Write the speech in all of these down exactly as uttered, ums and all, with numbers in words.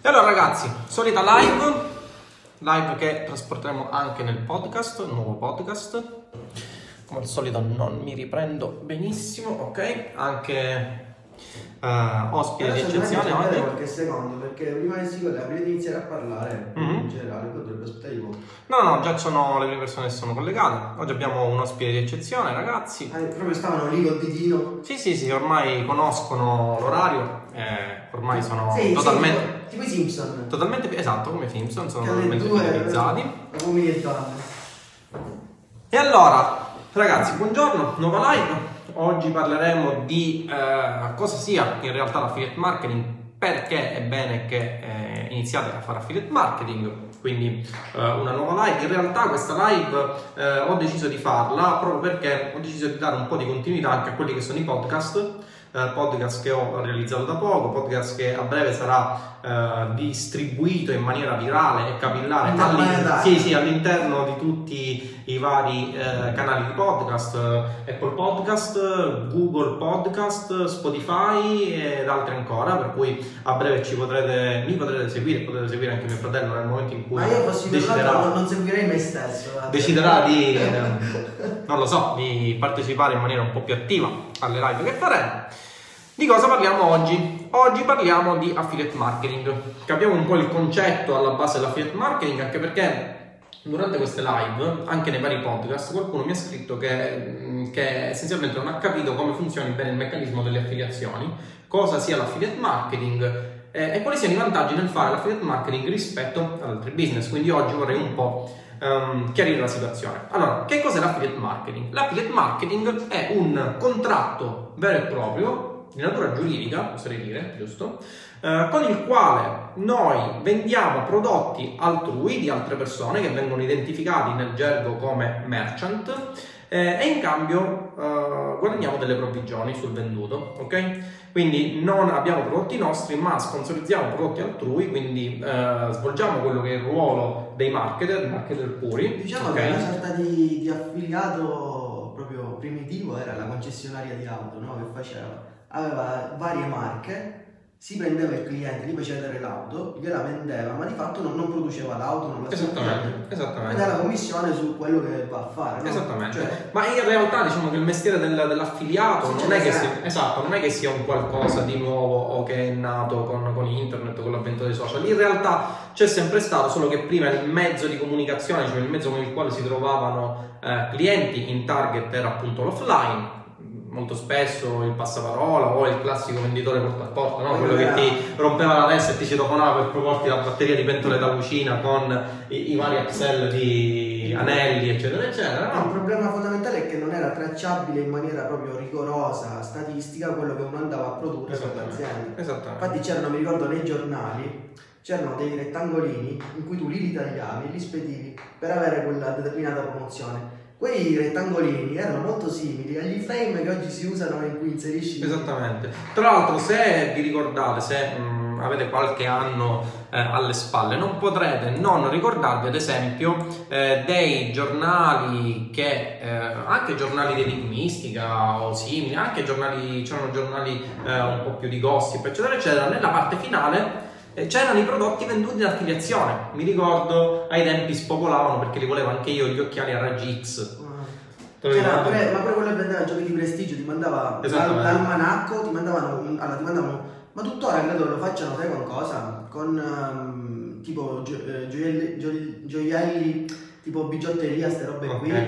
E allora ragazzi, solita live, live che trasporteremo anche nel podcast, nuovo podcast. Come al solito non mi riprendo benissimo, ok? Anche uh, ospite di eccezione oggi. Qualche secondo, perché prima di sicuro prima di iniziare a parlare mm-hmm. in generale, poi dovrebbe aspettare voi. No, no, già sono le prime persone che sono collegate. Oggi abbiamo un ospite di eccezione, ragazzi. Ah, proprio stavano lì col ditino. Sì, sì, sì, ormai conoscono l'orario. Eh, ormai sono sì, totalmente sì, tipo i Simpson, totalmente esatto come i Simpson, sono che totalmente fidelizzati. E allora ragazzi, buongiorno, nuova live. Oggi parleremo di eh, cosa sia in realtà l'affiliate marketing, perché è bene che eh, iniziate a fare affiliate marketing, quindi eh, una nuova live. In realtà questa live eh, ho deciso di farla proprio perché ho deciso di dare un po' di continuità anche a quelli che sono i podcast. Uh, podcast che ho realizzato da poco, podcast che a breve sarà uh, distribuito in maniera virale e capillare all'in- sì, sì, all'interno di tutti i vari uh, canali di podcast, uh, Apple Podcast, Google Podcast, Spotify ed altri ancora, per cui a breve ci potrete, mi potrete seguire, potete seguire anche mio fratello nel momento in cui ma io fossi deciderà, non, non seguirei me stesso, deciderà di eh, non lo so, di partecipare in maniera un po' più attiva alle live che faremo. Di cosa parliamo oggi? Oggi parliamo di affiliate marketing. Capiamo un po' il concetto alla base dell'affiliate marketing, anche perché durante queste live, anche nei vari podcast, qualcuno mi ha scritto che, che essenzialmente non ha capito come funzioni bene il meccanismo delle affiliazioni, cosa sia l'affiliate marketing eh, e quali siano i vantaggi nel fare l'affiliate marketing rispetto ad altri business. Quindi oggi vorrei un po' um, chiarire la situazione. Allora, che cos'è l'affiliate marketing? L'affiliate marketing è un contratto vero e proprio di natura giuridica, oserei dire, giusto? Eh, con il quale noi vendiamo prodotti altrui di altre persone che vengono identificati nel gergo come merchant eh, e in cambio eh, guadagniamo delle provvigioni sul venduto, ok? Quindi non abbiamo prodotti nostri, ma sponsorizziamo prodotti altrui, quindi eh, svolgiamo quello che è il ruolo dei marketer, marketer puri. Diciamo okay? Che una sorta di, di affiliato proprio primitivo era la concessionaria di auto, no? Che faceva aveva varie marche, si prendeva il cliente, gli faceva vedere l'auto, gliela vendeva, ma di fatto non, non produceva l'auto, non la esattamente, esattamente. Ed è la commissione su quello che va a fare, no? Esattamente. Cioè, ma in realtà diciamo che il mestiere del, dell'affiliato non è che sia, esatto, non è che sia un qualcosa di nuovo o che è nato con, con internet, con l'avvento dei social. In realtà c'è sempre stato, solo che prima il mezzo di comunicazione, cioè il mezzo con il quale si trovavano eh, clienti in target era appunto l'offline. Molto spesso il passaparola o il classico venditore porta a porta, no? Quello che ti rompeva la testa e ti citofonava per proporti la batteria di pentole da cucina con i, i vari upsell di anelli eccetera eccetera, no? No, il problema fondamentale è che non era tracciabile in maniera proprio rigorosa, statistica, quello che uno andava a produrre per l'azienda. Esattamente. Infatti c'erano, mi ricordo, nei giornali c'erano dei rettangolini in cui tu li ritagliavi e li spedivi per avere quella determinata promozione. Quei rettangolini erano molto simili agli frame che oggi si usano in cui inserisci. Esattamente. Tra l'altro, se vi ricordate, se mh, avete qualche anno eh, alle spalle, non potrete non ricordarvi ad esempio eh, dei giornali che eh, anche giornali di enigmistica o simili, anche giornali, c'erano giornali eh, un po' più di gossip eccetera eccetera. Nella parte finale c'erano i prodotti venduti in affiliazione. Mi ricordo ai tempi spopolavano, perché li volevo anche io, gli occhiali a raggi X. C'era pure, ma pure quello che vendeva giochi di prestigio ti mandava l'almanacco, ti mandavano un, allora ti mandavano, ma tuttora credo lo facciano, sai con cosa? Con um, tipo gio, eh, gioielli, gio, gioielli tipo bigiotteria, ste robe okay. qui,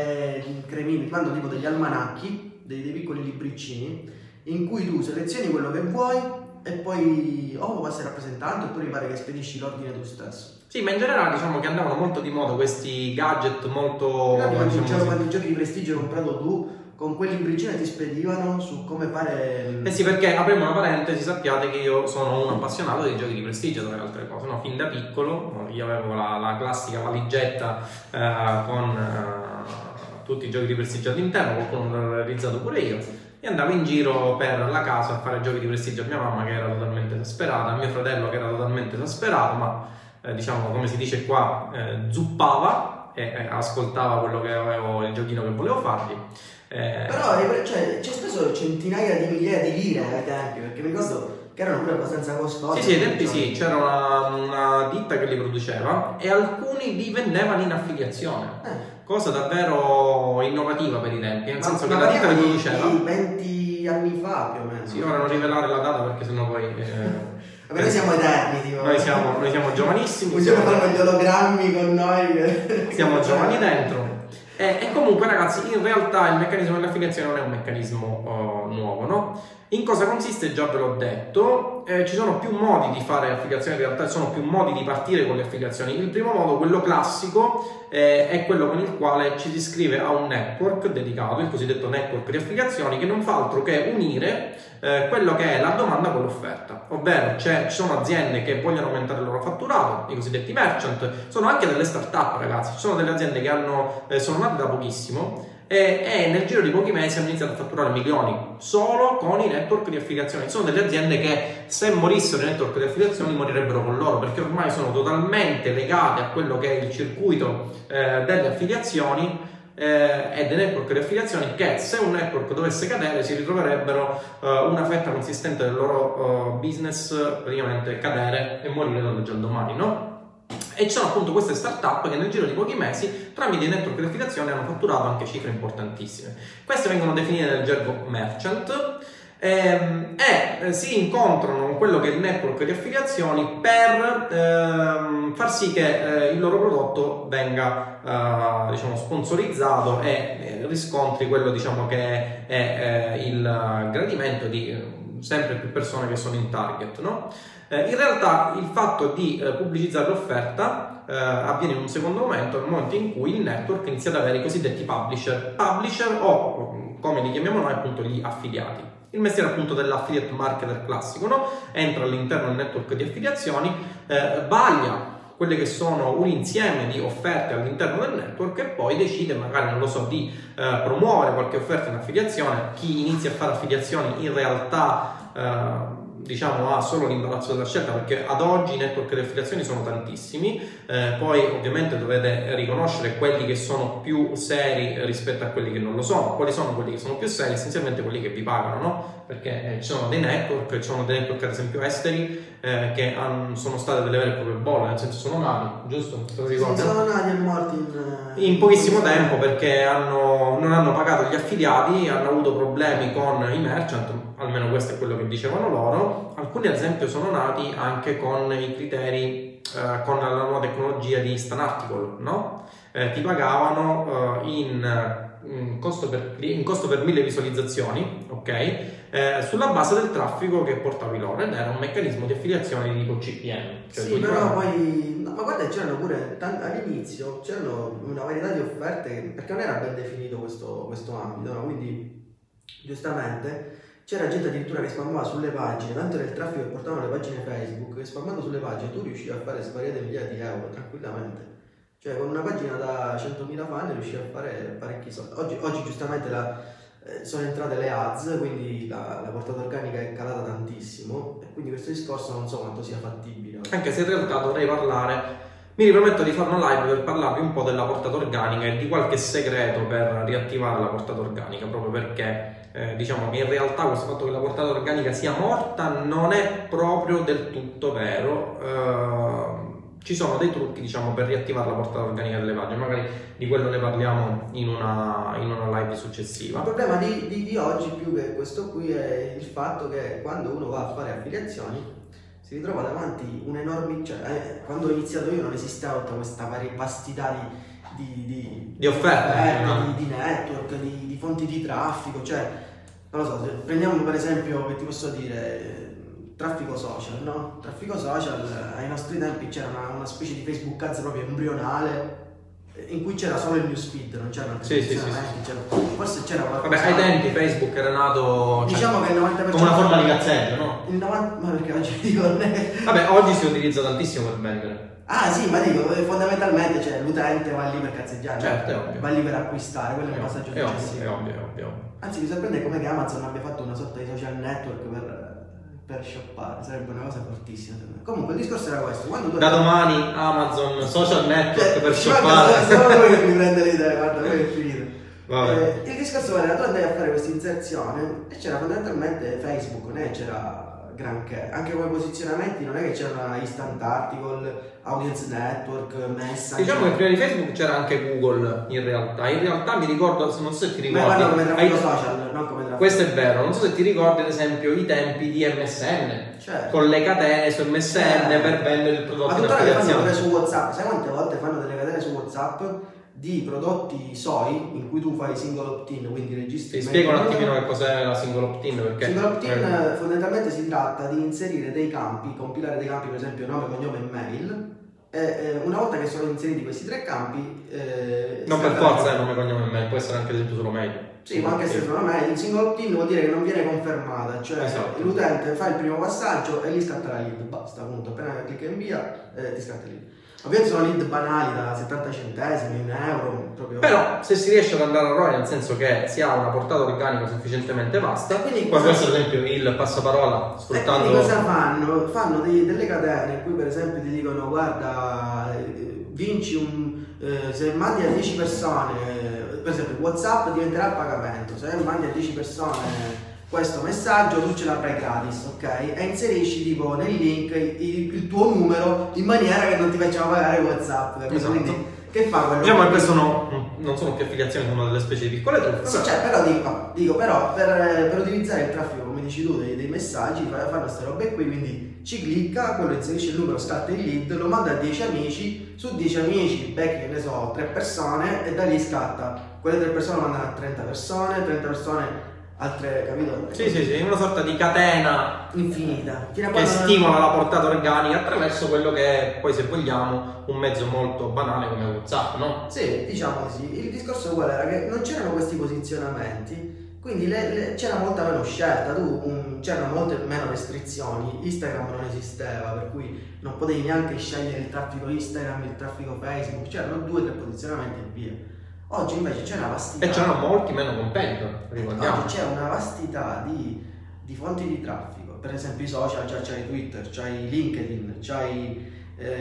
eh, cremini, ti mandano tipo degli almanacchi, dei, dei piccoli libricini in cui tu selezioni quello che vuoi e poi o oh, passi al rappresentante oppure mi pare che spedisci l'ordine tu stesso. Sì, ma in generale diciamo che andavano molto di moda questi gadget molto... Diciamo, quando i giochi di prestigio hai comprato tu, con quel libricino ti spedivano su come fare... Eh sì, perché apriamo una parentesi, sappiate che io sono un appassionato dei giochi di prestigio, tra le altre cose, no? Fin da piccolo io avevo la, la classica valigetta eh, con eh, tutti i giochi di prestigio all'interno, qualcuno l'ho realizzato pure io. E andavo in giro per la casa a fare giochi di prestigio a mia mamma, che era totalmente esasperata, a mio fratello, che era totalmente esasperato, ma eh, diciamo, come si dice qua, eh, zuppava e eh, ascoltava quello che avevo, il giochino che volevo fargli. Eh... Però cioè, c'è speso centinaia di migliaia di lire ai tempi, perché mi ricordo che erano pure abbastanza costosi. Sì, sì, ai tempi sì, c'era una, una ditta che li produceva e alcuni li vendevano in affiliazione. Eh. Cosa davvero innovativa per i tempi, nel ma, senso ma che la ditta li produceva. venti anni fa più o meno. Sì, ora non rivelare la data perché sennò poi. Eh, Vabbè, noi siamo eterni, tipo. Noi siamo, noi siamo giovanissimi. Un giorno fanno gli ologrammi con noi. Siamo giovani dentro. E, e comunque ragazzi, in realtà il meccanismo dell'affiliazione non è un meccanismo uh, nuovo, no? In cosa consiste già ve l'ho detto, eh, ci sono più modi di fare affiliazioni, in realtà ci sono più modi di partire con le affiliazioni. Il primo modo, quello classico, eh, è quello con il quale ci si iscrive a un network dedicato, il cosiddetto network di affiliazioni, che non fa altro che unire eh, quello che è la domanda con l'offerta, ovvero c'è, ci sono aziende che vogliono aumentare il loro fatturato, i cosiddetti merchant, sono anche delle start-up ragazzi, ci sono delle aziende che hanno, eh, sono nate da pochissimo, E, e nel giro di pochi mesi hanno iniziato a fatturare milioni solo con i network di affiliazioni. Sono delle aziende che se morissero i network di affiliazioni morirebbero con loro, perché ormai sono totalmente legate a quello che è il circuito eh, delle affiliazioni eh, e dei network di affiliazioni, che se un network dovesse cadere si ritroverebbero eh, una fetta consistente del loro uh, business praticamente cadere e morire dall'oggi al domani, no? E ci sono appunto queste start-up che nel giro di pochi mesi tramite i network di affiliazione hanno fatturato anche cifre importantissime. Queste vengono definite nel gergo merchant ehm, e eh, si incontrano con quello che è il network di affiliazioni per ehm, far sì che eh, il loro prodotto venga eh, diciamo sponsorizzato e eh, riscontri quello diciamo che è eh, il gradimento di eh, sempre più persone che sono in target, no? Eh, in realtà il fatto di eh, pubblicizzare l'offerta eh, avviene in un secondo momento, nel momento in cui il network inizia ad avere i cosiddetti publisher, publisher o come li chiamiamo noi appunto gli affiliati. Il mestiere appunto dell'affiliate marketer classico, no? Entra all'interno del network di affiliazioni, eh, vaglia quelle che sono un insieme di offerte all'interno del network e poi decide magari, non lo so, di eh, promuovere qualche offerta in affiliazione. Chi inizia a fare affiliazioni in realtà eh, diciamo ha solo l'imbarazzo della scelta, perché ad oggi i network di affiliazioni sono tantissimi, eh, poi ovviamente dovete riconoscere quelli che sono più seri rispetto a quelli che non lo sono. Quali sono quelli che sono più seri? Essenzialmente quelli che vi pagano, no? Perché eh, ci sono dei network, ci sono dei network ad esempio esteri eh, che han, sono state delle vere e proprie bolle, nel senso sono nati, giusto? Sì, sono nati e morti in, in pochissimo in tempo perché hanno, non hanno pagato gli affiliati, hanno avuto problemi con i merchant, almeno questo è quello che dicevano loro. Alcuni ad esempio sono nati anche con i criteri, eh, con la nuova tecnologia di instant article, no? Eh, ti pagavano eh, in, in, costo per, in costo per mille visualizzazioni, ok? Eh, sulla base del traffico che portavi loro, ed era un meccanismo di affiliazione di tipo C P M. Cioè sì, però poi, no, ma guarda, c'erano pure all'inizio c'erano una varietà di offerte perché non era ben definito questo, questo ambito, no? Quindi giustamente c'era gente addirittura che spammava sulle pagine, tanto era il traffico che portavano le pagine Facebook, che spammando sulle pagine tu riuscivi a fare svariate migliaia di euro tranquillamente. Cioè con una pagina da centomila fan riuscivi a fare parecchi soldi. Oggi, oggi giustamente la, eh, sono entrate le ads, quindi la, la portata organica è calata tantissimo e quindi questo discorso non so quanto sia fattibile. Anche se in realtà dovrei parlare, mi riprometto di fare una live per parlarvi un po' della portata organica e di qualche segreto per riattivare la portata organica, proprio perché eh, diciamo che in realtà questo fatto che la portata organica sia morta non è proprio del tutto vero. Eh, ci sono dei trucchi diciamo per riattivare la portata organica delle pagine, magari di quello ne parliamo in una, in una live successiva. Il problema di, di, di oggi più che questo qui è il fatto che quando uno va a fare affiliazioni si ritrova davanti un'enorme, cioè eh, quando ho iniziato io non esisteva tutta questa varia vastità di, di, di, di offerte, offerte no? di, di network, di, di fonti di traffico, cioè non lo so, se prendiamo per esempio, che ti posso dire, traffico social, no? Traffico social, ai nostri tempi c'era una, una specie di Facebook Ads proprio embrionale in cui c'era solo il newsfeed, non c'erano sì, sì, sì, sì. Forse c'era qualcosa. Vabbè, ai tempi Facebook era nato, diciamo cioè, che il novanta per cento come una forma di cazzeggio, no? Il novanta ma perché oggi dico non è... Vabbè, oggi si utilizza tantissimo per vendere. Ah sì, ma dico, fondamentalmente cioè, l'utente va lì per cazzeggiare, certo, è ovvio. Va lì per acquistare, quello è un passaggio successivo. È ovvio, è ovvio. Anzi, mi sorprende come che Amazon abbia fatto una sorta di social network per, per shoppare, sarebbe una cosa fortissima. Comunque il discorso era questo. Quando tu da domani Amazon social network cioè, per shoppare. Solo lui che mi prende l'idea, guarda, poi è finito. Eh, il discorso era, tu andavi a fare questa inserzione e c'era fondamentalmente Facebook, né c'era granché. Anche come posizionamenti non è che c'era instant article, audience network, message. Diciamo che prima di Facebook c'era anche Google in realtà. In realtà mi ricordo, non so se ti ricordi. Ma parlo come traffico social, non come traffico. Questo è vero, non so se ti ricordi ad esempio i tempi di M S N. Certo. Con le catene su M S N certo. per vendere il prodotto. Ma tuttora le fanno pure su WhatsApp. Sai quante volte fanno delle catene su WhatsApp di prodotti S O I in cui tu fai single opt-in, quindi registri. Ti spiego un attimino che cos'è la single opt-in, perché single opt-in eh. fondamentalmente si tratta di inserire dei campi, compilare dei campi, per esempio nome, cognome e mail. E, eh, una volta che sono inseriti questi tre campi eh, non per forza è nome, cognome e mail, può essere anche ad esempio solo mail. Sì, ma anche se sono mail, il single opt-in vuol dire che non viene confermata, cioè esatto. l'utente fa il primo passaggio e gli scatta la lead, basta, appunto, appena clicca invia eh, ti scatta la lead. Ovviamente sono lead banali da settanta centesimi, un euro proprio. Però se si riesce ad andare a R O I, nel senso che si ha una portata organica sufficientemente vasta, quindi come può essere ad esempio il passaparola sfruttando. E quindi cosa fanno? Fanno dei, delle catene in cui per esempio ti dicono guarda vinci un eh, se mandi a dieci persone, per esempio WhatsApp diventerà a pagamento, se mandi a dieci persone questo messaggio tu ce l'avrai gratis, ok? E inserisci tipo nel link il, il tuo numero in maniera che non ti facciamo pagare WhatsApp, esatto. Quindi che fa quello? Diciamo che queste sono, non sono più affiliazioni, sono delle specie di piccole truffe. Sì, cioè, però dico, dico però per, per utilizzare il traffico, come dici tu, dei, dei messaggi, fanno queste robe qui, quindi ci clicca, quello inserisce il numero, scatta il lead, lo manda a dieci amici, su dieci amici becchi, che ne so, tre persone e da lì scatta. Quelle tre persone lo mandano a trenta persone, trenta persone altre, capito? Sì, sì, sì, una sorta di catena infinita che stimola la portata organica attraverso quello che è poi, se vogliamo, un mezzo molto banale come WhatsApp, no? Sì, diciamo così. Il discorso qual era? Che non c'erano questi posizionamenti, quindi le, le, c'era molta meno scelta, tu, um, c'erano molte meno restrizioni, Instagram non esisteva, per cui non potevi neanche scegliere il traffico Instagram, il traffico Facebook, c'erano due o tre posizionamenti e via. Oggi invece c'è una vastità. E c'erano molti meno competitor, ricordiamo. Oggi c'è una vastità di, di fonti di traffico. Per esempio i social, già c'hai Twitter, c'hai LinkedIn, c'hai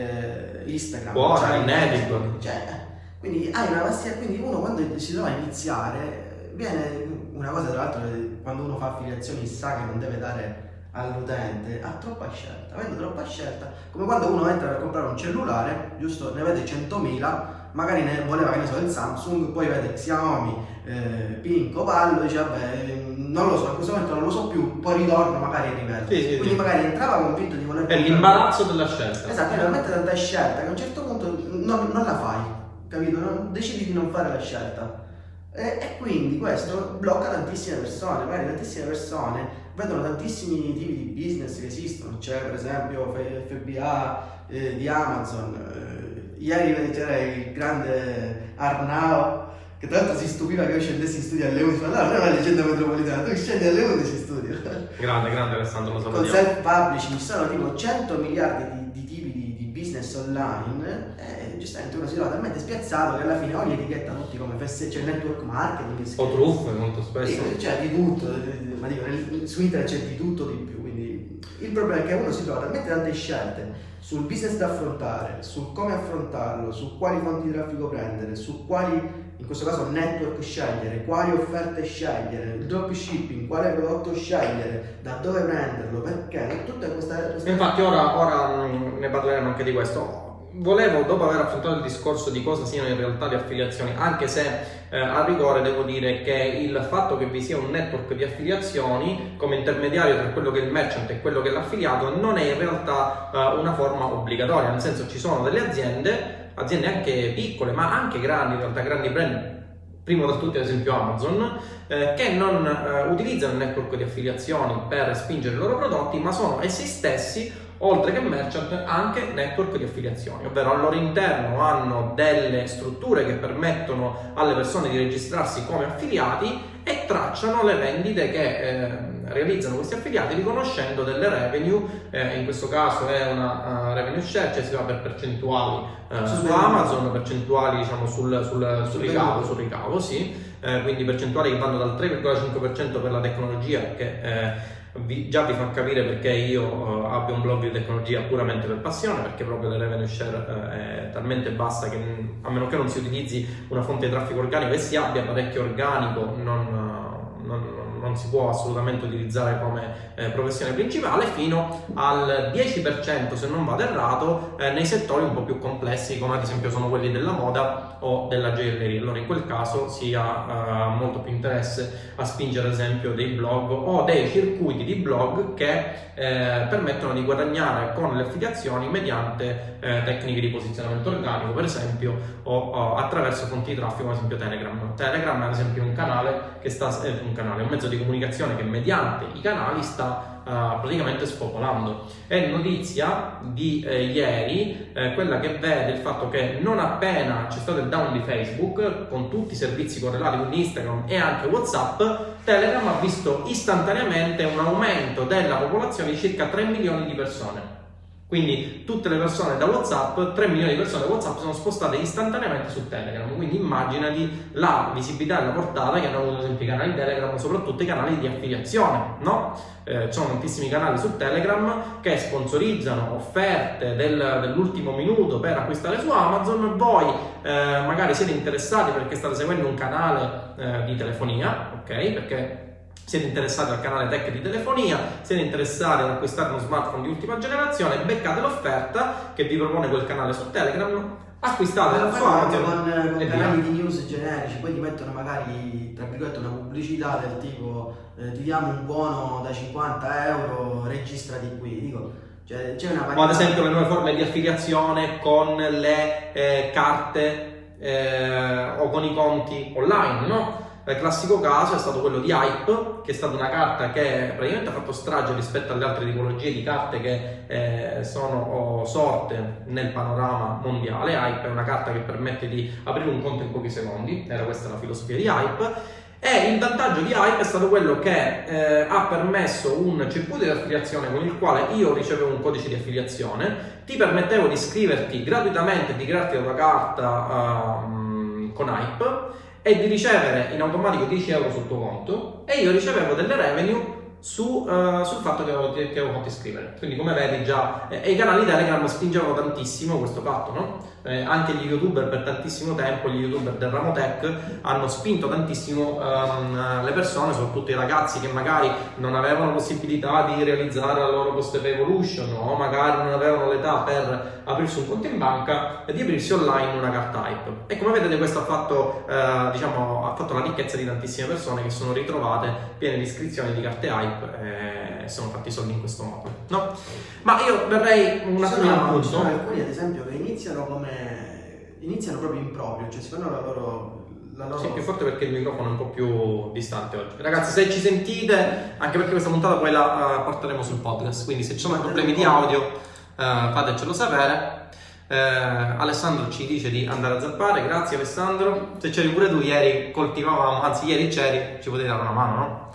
eh, Instagram, Buona, c'hai Facebook. Cioè, quindi hai una vastità, quindi uno quando si trova a iniziare, viene una cosa tra l'altro, quando uno fa affiliazioni sa che non deve dare all'utente, ha troppa scelta, avendo troppa scelta, come quando uno entra per comprare un cellulare, giusto, ne vede centomila, magari ne voleva, che ne so, il Samsung, poi vede Xiaomi, eh, Pink, Opallo, dice vabbè, non lo so, in questo momento non lo so più, poi ritorno magari e riverso. Sì, sì, quindi sì. magari entrava convinto di voler è l'imbarazzo della scelta. Esatto, è veramente tanta scelta che a un certo punto non, non la fai, capito? Non, decidi di non fare la scelta. E, e quindi questo blocca tantissime persone, magari tantissime persone vedono tantissimi tipi di business che esistono, c'è per esempio F B A eh, di Amazon, eh, ieri c'era il grande Arnao che tra l'altro si stupiva che io scendessi in studio alle undici, ma no, non è una leggenda metropolitana, tu scendi alle undici in studio. Grande, grande Alessandro, lo salutiamo. Con self-publishing ci sono tipo cento miliardi di, di tipi di, di business online e giustamente uno si trova talmente spiazzato che alla fine ogni etichetta tutti come F S, c'è network marketing o truffe molto spesso, sì, c'è di tutto, ma dico, nel, su internet c'è di tutto di più, quindi il problema è che uno si trova talmente tante scelte sul business da affrontare, su come affrontarlo, su quali fonti di traffico prendere, su quali, in questo caso network scegliere, quali offerte scegliere, il dropshipping, quale prodotto scegliere, da dove prenderlo, perché tutta questa, questa... Infatti ora, ora ne parleremo anche di questo. Volevo, dopo aver affrontato il discorso di cosa siano in realtà le affiliazioni, anche se eh, a rigore devo dire che il fatto che vi sia un network di affiliazioni come intermediario tra quello che è il merchant e quello che è l'affiliato non è in realtà eh, una forma obbligatoria, nel senso ci sono delle aziende, aziende anche piccole ma anche grandi, in realtà grandi brand, primo tra tutti ad esempio Amazon, eh, che non eh, utilizzano il network di affiliazioni per spingere i loro prodotti, ma sono essi stessi, oltre che merchant, anche network di affiliazioni, ovvero al loro interno hanno delle strutture che permettono alle persone di registrarsi come affiliati e tracciano le vendite che eh, realizzano questi affiliati riconoscendo delle revenue, eh, in questo caso è una uh, revenue share, cioè si va per percentuali uh, su Amazon, percentuali diciamo sul, sul, sul ricavo, sul ricavo sì, eh, quindi percentuali che vanno dal tre virgola cinque per cento per la tecnologia, che eh, Vi, già vi fa capire perché io uh, abbia un blog di tecnologia puramente per passione, perché proprio la revenue share uh, è talmente bassa che a meno che non si utilizzi una fonte di traffico organico e si abbia parecchio organico non, uh, non, non si può assolutamente utilizzare come eh, professione principale, fino al dieci per cento, se non vado errato, eh, nei settori un po' più complessi, come ad esempio sono quelli della moda o della gioielleria. Allora in quel caso si ha eh, molto più interesse a spingere ad esempio dei blog o dei circuiti di blog che eh, permettono di guadagnare con le affiliazioni mediante eh, tecniche di posizionamento organico, per esempio, o, o attraverso fonti di traffico, come ad esempio Telegram. Telegram è ad esempio un canale che sta eh, un canale, un mezzo di comunicazione che mediante i canali sta Uh, praticamente spopolando. È notizia di eh, ieri eh, quella che vede il fatto che non appena c'è stato il down di Facebook, con tutti i servizi correlati, quindi Instagram e anche WhatsApp, Telegram ha visto istantaneamente un aumento della popolazione di circa tre milioni di persone. Quindi tutte le persone da WhatsApp, tre milioni di persone da WhatsApp sono spostate istantaneamente su Telegram. Quindi immaginati la visibilità e la portata che hanno avuto ad esempio i canali Telegram, soprattutto i canali di affiliazione, no? Eh, ci sono tantissimi canali su Telegram che sponsorizzano offerte del, dell'ultimo minuto per acquistare su Amazon. Voi eh, magari siete interessati perché state seguendo un canale eh, di telefonia, ok? Perché siete interessati al canale tech di telefonia, siete interessati ad acquistare uno smartphone di ultima generazione, beccate l'offerta che vi propone quel canale su Telegram, acquistate la sua con, con canali di news generici, poi ti mettono magari tra virgolette una pubblicità del tipo eh, ti diamo un buono da cinquanta euro, registrati qui, dico, cioè, c'è una o ad esempio le nuove forme di affiliazione con le eh, carte eh, o con i conti online, no? Il classico caso è stato quello di Hype, che è stata una carta che praticamente ha fatto strage rispetto alle altre tipologie di carte che eh, sono oh, sorte nel panorama mondiale. Hype è una carta che permette di aprire un conto in pochi secondi, era questa la filosofia di Hype. E il vantaggio di Hype è stato quello che eh, ha permesso un circuito di affiliazione con il quale io ricevevo un codice di affiliazione, ti permettevo di iscriverti gratuitamente e di crearti la tua carta um, con Hype e di ricevere in automatico dieci euro sul tuo conto, e io ricevevo delle revenue su, uh, sul fatto che avevo, che avevo fatto iscrivere. Quindi come vedi già, eh, e i canali Telegram spingevano tantissimo questo fatto, no? Eh, anche gli youtuber per tantissimo tempo, gli youtuber del ramo tech hanno spinto tantissimo um, le persone, soprattutto i ragazzi che magari non avevano possibilità di realizzare la loro post evolution o magari non avevano l'età per aprirsi un conto in banca, e di aprirsi online una carta Hype. E come vedete questo ha fatto, eh, diciamo, ha fatto la ricchezza di tantissime persone che sono ritrovate piene di iscrizioni di carte Hype e sono fatti soldi in questo modo, no? Ma io verrei un attimo al punto. Ci sono alcuni ad esempio che iniziano come iniziano proprio in proprio, cioè si fanno la loro, la loro... Sì, più forte perché il microfono è un po' più distante oggi. Ragazzi, se ci sentite, anche perché questa puntata poi la uh, porteremo sul podcast, quindi se ci sono problemi di audio uh, fatecelo sapere. Uh, Alessandro ci dice di andare a zappare, grazie Alessandro. Se c'eri pure tu ieri, coltivavamo, anzi ieri c'eri, ci potevi dare una mano, no?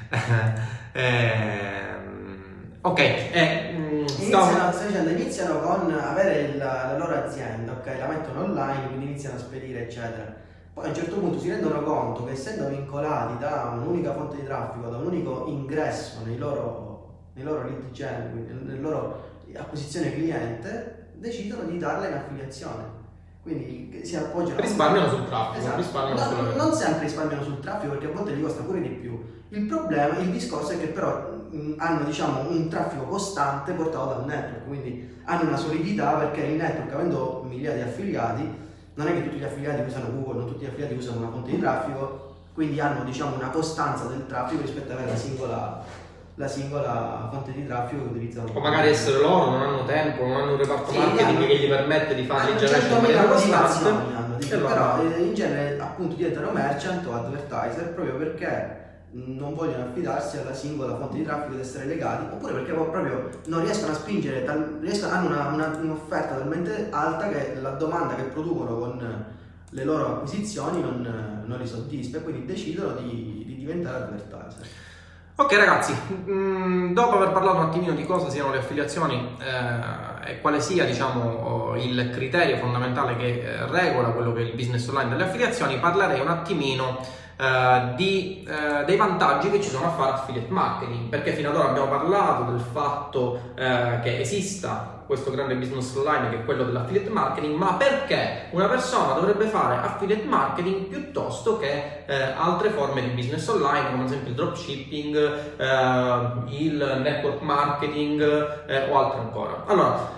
eh, ok, eh, iniziano, stavo dicendo, iniziano con avere il, la loro azienda, ok, la mettono online, quindi iniziano a spedire eccetera. Poi a un certo punto si rendono conto che essendo vincolati da un'unica fonte di traffico, da un unico ingresso nei loro, nei loro lead gen, quindi nella loro acquisizione cliente, decidono di darla in affiliazione. Quindi si appoggiano, risparmiano sul traffico, esatto. risparmiano no, sulla... non sempre risparmiano sul traffico perché a volte gli costa pure di più. Il problema, il discorso è che però mh, hanno diciamo un traffico costante portato dal network, quindi hanno una solidità perché il network, avendo migliaia di affiliati, non è che tutti gli affiliati usano Google, non tutti gli affiliati usano una fonte di traffico, quindi hanno diciamo una costanza del traffico rispetto a avere la singola, la singola fonte di traffico che utilizzano. O magari essere loro, non hanno tempo, non hanno un reparto sì, marketing hanno, che gli permette di fare il generation in maniera costante, però in genere appunto diventano merchant o advertiser proprio perché non vogliono affidarsi alla singola fonte di traffico ed essere legati, oppure perché proprio non riescono a spingere, tal, riescono, hanno una, una, un'offerta talmente alta che la domanda che producono con le loro acquisizioni non, non li soddisfa e quindi decidono di, di diventare advertiser. Ok ragazzi, mh, dopo aver parlato un attimino di cosa siano le affiliazioni eh, e quale sia diciamo il criterio fondamentale che eh, regola quello che è il business online delle affiliazioni, parlerei un attimino Uh, di, uh, dei vantaggi che ci sono a fare affiliate marketing, perché fino ad ora abbiamo parlato del fatto uh, che esista questo grande business online che è quello dell'affiliate marketing, ma perché una persona dovrebbe fare affiliate marketing piuttosto che eh, altre forme di business online, come ad esempio il dropshipping, eh, il network marketing eh, o altro ancora. Allora,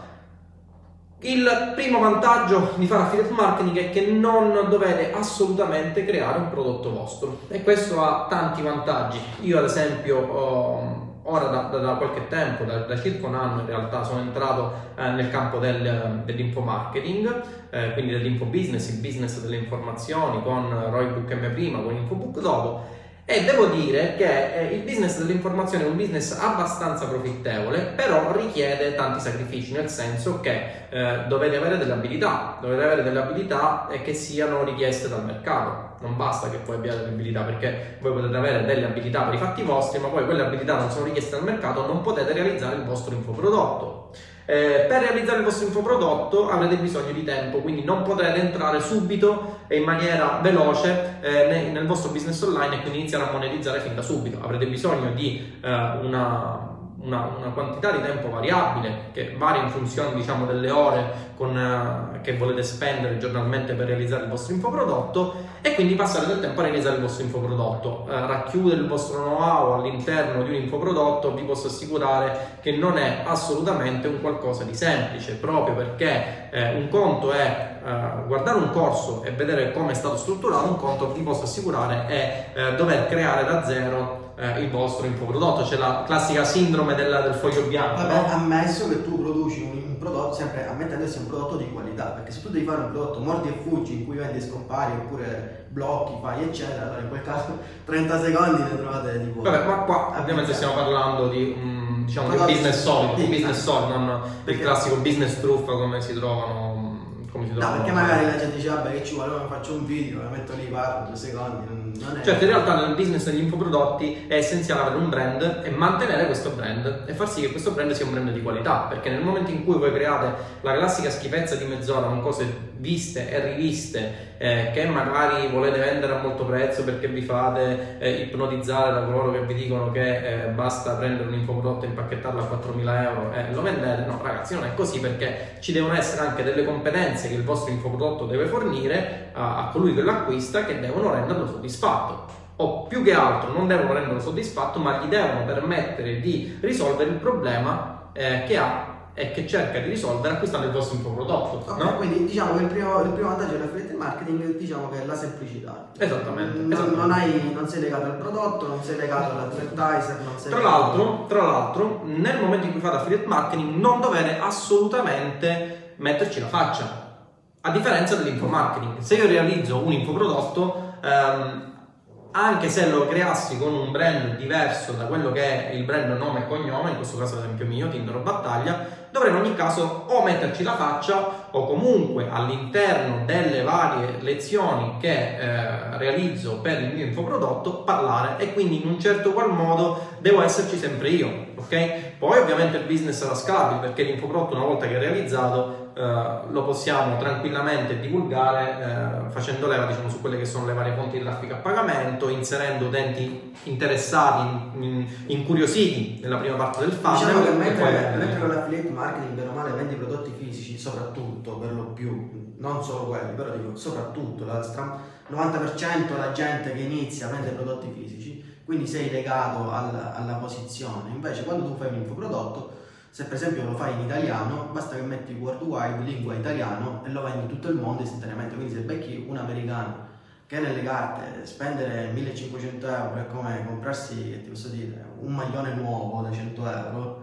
il primo vantaggio di fare affiliate marketing è che non dovete assolutamente creare un prodotto vostro, e questo ha tanti vantaggi. Io ad esempio ho ora da, da, da qualche tempo, da, da circa un anno in realtà, sono entrato eh, nel campo del, dell'info marketing, eh, quindi dell'info business, il business delle informazioni, con Roybook M prima, con Infobook dopo, e devo dire che eh, il business dell'informazione è un business abbastanza profittevole, però richiede tanti sacrifici, nel senso che eh, dovete avere delle abilità, dovete avere delle abilità eh, che siano richieste dal mercato. Non basta che poi abbiate delle abilità, perché voi potete avere delle abilità per i fatti vostri, ma poi quelle abilità non sono richieste dal mercato, non potete realizzare il vostro infoprodotto. Eh, per realizzare il vostro infoprodotto avrete bisogno di tempo, quindi non potrete entrare subito e in maniera veloce eh, nel vostro business online e quindi iniziare a monetizzare fin da subito. Avrete bisogno di eh, una, una, una quantità di tempo variabile, che varia in funzione, diciamo, delle ore con, eh, che volete spendere giornalmente per realizzare il vostro infoprodotto, e quindi passare del tempo a realizzare il vostro infoprodotto. Eh, racchiudere il vostro know-how all'interno di un infoprodotto, vi posso assicurare che non è assolutamente un qualcosa di semplice, proprio perché eh, un conto è eh, guardare un corso e vedere come è stato strutturato, un conto, vi posso assicurare, è eh, dover creare da zero eh, il vostro infoprodotto. C'è la classica sindrome del, del foglio bianco. Vabbè, no? ammesso che tu produci un, un prodotto, sempre ammettendo che sia un prodotto di qualità, perché se tu devi fare un prodotto mordi e fuggi in cui vendi e scompari, oppure blocchi, fai eccetera, allora in quel caso trenta secondi ne trovate tipo. Vabbè, ma qua ovviamente stiamo parlando di un, diciamo, un business solido, un business solido, non il classico business truffa come si trovano. Come si no, perché magari la gente dice vabbè che ci vuole, faccio un video, la metto lì, parlo due secondi, non, non è... Certo, in realtà nel business degli infoprodotti è essenziale avere un brand e mantenere questo brand e far sì che questo brand sia un brand di qualità, perché nel momento in cui voi create la classica schifezza di mezz'ora con cose viste e riviste eh, che magari volete vendere a molto prezzo perché vi fate eh, ipnotizzare da coloro che vi dicono che eh, basta prendere un infoprodotto e impacchettarlo a quattromila euro e lo vendete, no ragazzi, non è così, perché ci devono essere anche delle competenze che il vostro infoprodotto deve fornire a, a colui che lo acquista, che devono renderlo soddisfatto, o più che altro non devono renderlo soddisfatto, ma gli devono permettere di risolvere il problema eh, che ha e che cerca di risolvere acquistando il vostro infoprodotto. Okay, no? Quindi diciamo che il primo, il primo vantaggio dell'affiliate marketing, diciamo che è la semplicità. Esattamente. Non, esattamente. non, hai, non sei legato al prodotto, non sei legato all'advertiser, non sei tra l'altro, tra l'altro, nel momento in cui fate affiliate marketing non dovete assolutamente metterci la faccia, a differenza dell'info marketing. Se io realizzo un infoprodotto, ehm, anche se lo creassi con un brand diverso da quello che è il brand nome e cognome, in questo caso ad esempio mio, Tinder o Battaglia, dovrei in ogni caso o metterci la faccia o comunque all'interno delle varie lezioni che eh, realizzo per il mio infoprodotto parlare, e quindi in un certo qual modo devo esserci sempre io, ok? Poi ovviamente il business sarà scalabile, perché l'infoprodotto una volta che è realizzato eh, lo possiamo tranquillamente divulgare eh, facendo leva, diciamo, su quelle che sono le varie fonti di traffico a pagamento, inserendo utenti interessati, in, in, incuriositi nella prima parte del funnel. Diciamo che mentre, mentre con l'affiliate marketing bene o male vendi prodotti fisici, soprattutto per lo più, non solo quelli, però dico soprattutto la novanta per cento della gente che inizia vende prodotti fisici, quindi sei legato alla, alla posizione. Invece quando tu fai un infoprodotto, se per esempio lo fai in italiano, basta che metti worldwide, lingua italiano, e lo vendi in tutto il mondo istantaneamente. Quindi se becchi un americano che nelle carte spendere millecinquecento euro è come comprarsi, che ti posso dire, un maglione nuovo da cento euro,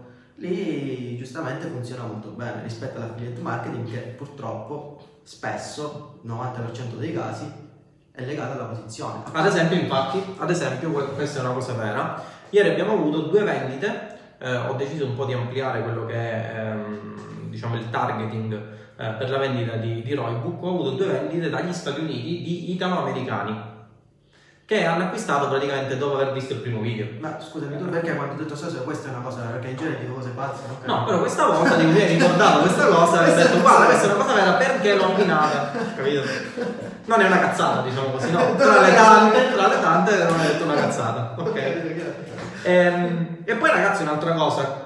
lì giustamente funziona molto bene rispetto all'affiliate marketing, che purtroppo spesso, novanta per cento dei casi, è legato alla posizione. Ad esempio, infatti, ad esempio, questa è una cosa vera, ieri abbiamo avuto due vendite, eh, ho deciso un po' di ampliare quello che è ehm, diciamo il targeting eh, per la vendita di, di Roybook. Ho avuto due vendite dagli Stati Uniti di italo-americani che hanno acquistato praticamente dopo aver visto il primo video. Ma scusami, tu perché quando ho detto so, questa è una cosa, perché in genere dico cose pazze, no? No, però questa volta mi hai ricordato questa cosa e ho detto guarda, questa è una cosa vera, perché l'ho abbinata, capito? Non è una cazzata, diciamo così, no? Tra le tante, tra le tante non è detto una cazzata, ok? Ehm, e poi ragazzi, un'altra cosa,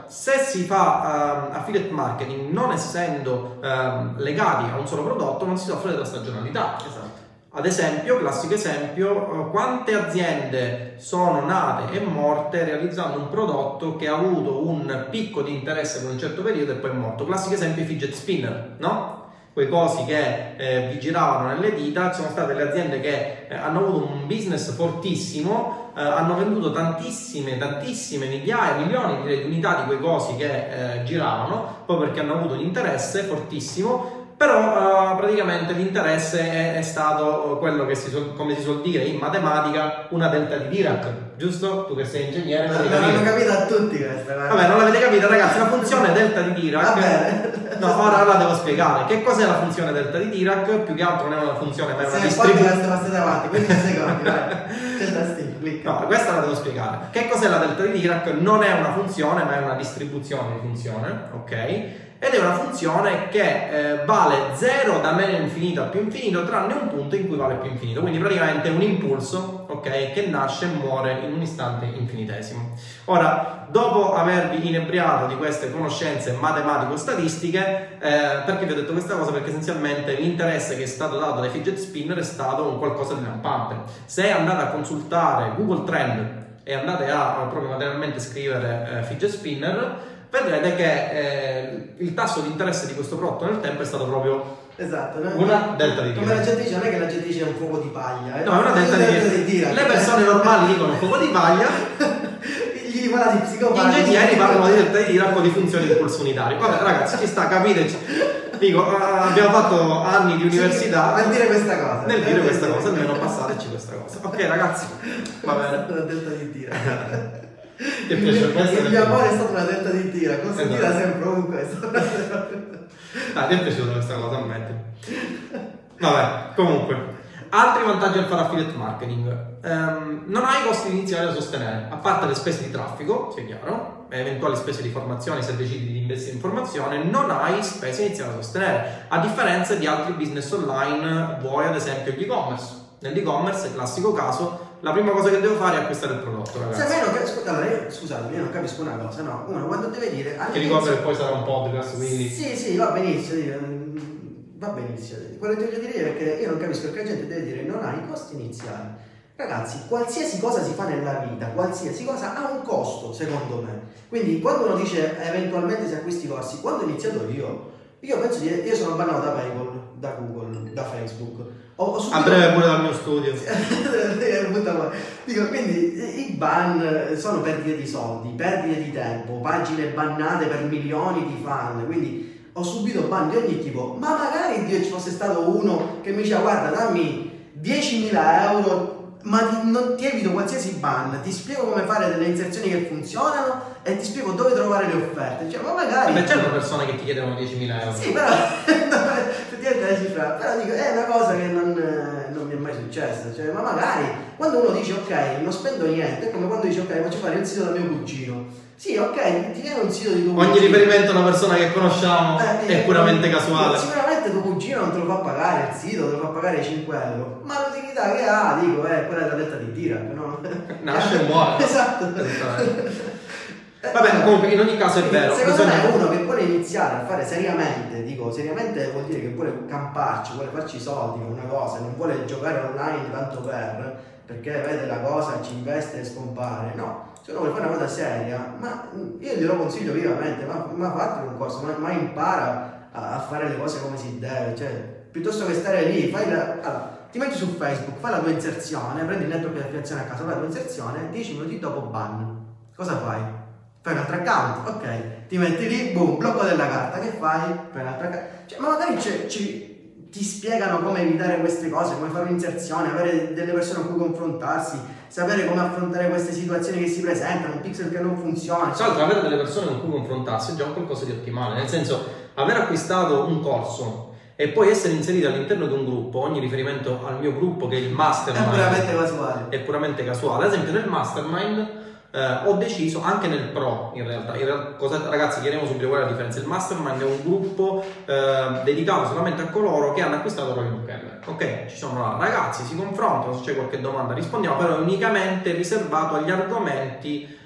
se si fa uh, affiliate marketing non essendo uh, legati a un solo prodotto, non si soffre della stagionalità. Esatto. Ad esempio, classico esempio, uh, quante aziende sono nate e morte realizzando un prodotto che ha avuto un picco di interesse per un certo periodo e poi è morto. Classico esempio i fidget spinner, no? Quei cosi che eh, vi giravano nelle dita. Ci sono state delle aziende che eh, hanno avuto un business fortissimo, eh, hanno venduto tantissime, tantissime migliaia, milioni di unità di quei cosi che eh, giravano, proprio perché hanno avuto un interesse fortissimo. Però uh, praticamente l'interesse è, è stato quello che si suol, come si suol dire in matematica, una delta di Dirac, giusto? Tu che sei ingegnere. Non l'hanno capito a tutti questa. Vabbè, non l'avete capito ragazzi, la funzione delta di Dirac. Vabbè. No, ora la devo spiegare. Che cos'è la funzione delta di Dirac? Più che altro non è una funzione, ma è una distribuzione. Se passate avanti, quindici secondi, vai. C'è il tastino, clicca. No, questa la devo spiegare. Che cos'è la delta di Dirac? Non è una funzione, ma è una distribuzione di funzione, ok? Ed è una funzione che eh, vale zero da meno infinito a più infinito, tranne un punto in cui vale più infinito. Quindi praticamente è un impulso, ok, che nasce e muore in un istante infinitesimo. Ora, dopo avervi inebriato di queste conoscenze matematico-statistiche, eh, perché vi ho detto questa cosa? Perché essenzialmente l'interesse che è stato dato dai fidget spinner è stato un qualcosa di lampante. Se andate a consultare Google Trend e andate a, a proprio materialmente scrivere eh, fidget spinner, vedrete che eh, il tasso di interesse di questo prodotto nel tempo è stato proprio esatto, no? una delta di Dirac. Come la gente dice, non è che la gente dice è un fuoco di paglia, eh? No, è una delta, una delta di Dirac. Le persone normali dicono fuoco di paglia, gli malati psicopatici, gli ingegneri parlano di delta di Dirac o di funzioni di impulso unitario. Vabbè ragazzi, ci sta, capite? Dico, abbiamo fatto anni di università nel dire questa cosa, nel dire questa cosa, almeno passateci questa cosa. Ok ragazzi, va bene. La delta di Dirac. Ti è piaciuto questo? Il mio amore è stata una delta di Dirac, non si esatto. tira sempre ovunque. Ah, ti è piaciuta questa cosa, ammetti. Vabbè, comunque. Altri vantaggi al fare affiliate marketing. Um, non hai costi iniziali da sostenere, a parte le spese di traffico, sia chiaro, e eventuali spese di formazione se decidi di investire in formazione, non hai spese iniziali da sostenere, a differenza di altri business online, vuoi ad esempio l'e-commerce. Nell'e-commerce, classico caso, la prima cosa che devo fare è acquistare il prodotto, ragazzi. Se non capisco, allora io, scusatemi, io non capisco una cosa, no? Uno quando deve dire... Che ricordo che poi sarà un podcast, quindi... Sì, sì, va benissimo, va benissimo. Quello che voglio dire è che io non capisco perché la gente deve dire non ha i costi iniziali. Ragazzi, qualsiasi cosa si fa nella vita, qualsiasi cosa ha un costo, secondo me. Quindi quando uno dice eventualmente si acquisti i corsi, quando ho iniziato io, io penso di... Io sono bannato da PayPal, da Google, da Facebook. Ho, ho subito... A breve pure dal mio studio. Dico, quindi i ban sono perdite di soldi, perdite di tempo, pagine bannate per milioni di fan, quindi ho subito ban di ogni tipo. Ma magari Dio ci fosse stato uno che mi diceva guarda dammi diecimila euro, ma ti, non, ti evito qualsiasi ban, ti spiego come fare delle inserzioni che funzionano e ti spiego dove trovare le offerte. Cioè, ma magari... Ma c'erano persone che ti chiedevano diecimila euro. Sì, però effettivamente è la cifra, però dico, è una cosa che non, non mi è mai successa. Cioè, ma magari quando uno dice ok, non spendo niente, è come quando dice ok, faccio fare il sito da mio cugino. Sì, ok, ti viene un sito di tuo cugino. Ogni riferimento a una persona che conosciamo eh, è puramente eh, casuale. Sicuramente tuo cugino non te lo fa pagare il sito, te lo fa pagare cinque euro. Ma l'utilità che ha, dico, è quella della delta di Dirac, no? Nasce e muore. Esatto. Va bene, comunque in ogni caso è vero. Secondo bisogna... me uno che vuole iniziare a fare seriamente, dico seriamente vuol dire che vuole camparci, vuole farci i soldi con una cosa, non vuole giocare online tanto per, perché vede la cosa, ci investe e scompare. No, se uno vuole fare una cosa seria, ma io glielo consiglio vivamente, ma, ma fate un corso, ma, ma impara a, a fare le cose come si deve, cioè piuttosto che stare lì, fai la... Allora, ti metti su Facebook, fai la tua inserzione, prendi il network di affiliazione a casa, fai la tua inserzione, dieci minuti dopo ban. Cosa fai? Fai un altro account, ok, ti metti lì, boom, blocco della carta, che fai? Fai un altro account. Cioè, ma magari ci, ti spiegano come evitare queste cose, come fare un'inserzione, avere delle persone con cui confrontarsi, sapere come affrontare queste situazioni che si presentano, un pixel che non funziona. Tra l'altro avere delle persone con cui confrontarsi è già qualcosa di ottimale, nel senso, aver acquistato un corso e poi essere inseriti all'interno di un gruppo, ogni riferimento al mio gruppo che è il mastermind è puramente casuale. È puramente casuale. Ad esempio nel mastermind eh, ho deciso, anche nel pro in realtà, in realtà cosa, ragazzi chiariamo subito qual è la differenza. Il mastermind è un gruppo eh, dedicato solamente a coloro che hanno acquistato proprio il book. Ok, ci sono là ragazzi, si confrontano, se c'è qualche domanda rispondiamo, però è unicamente riservato agli argomenti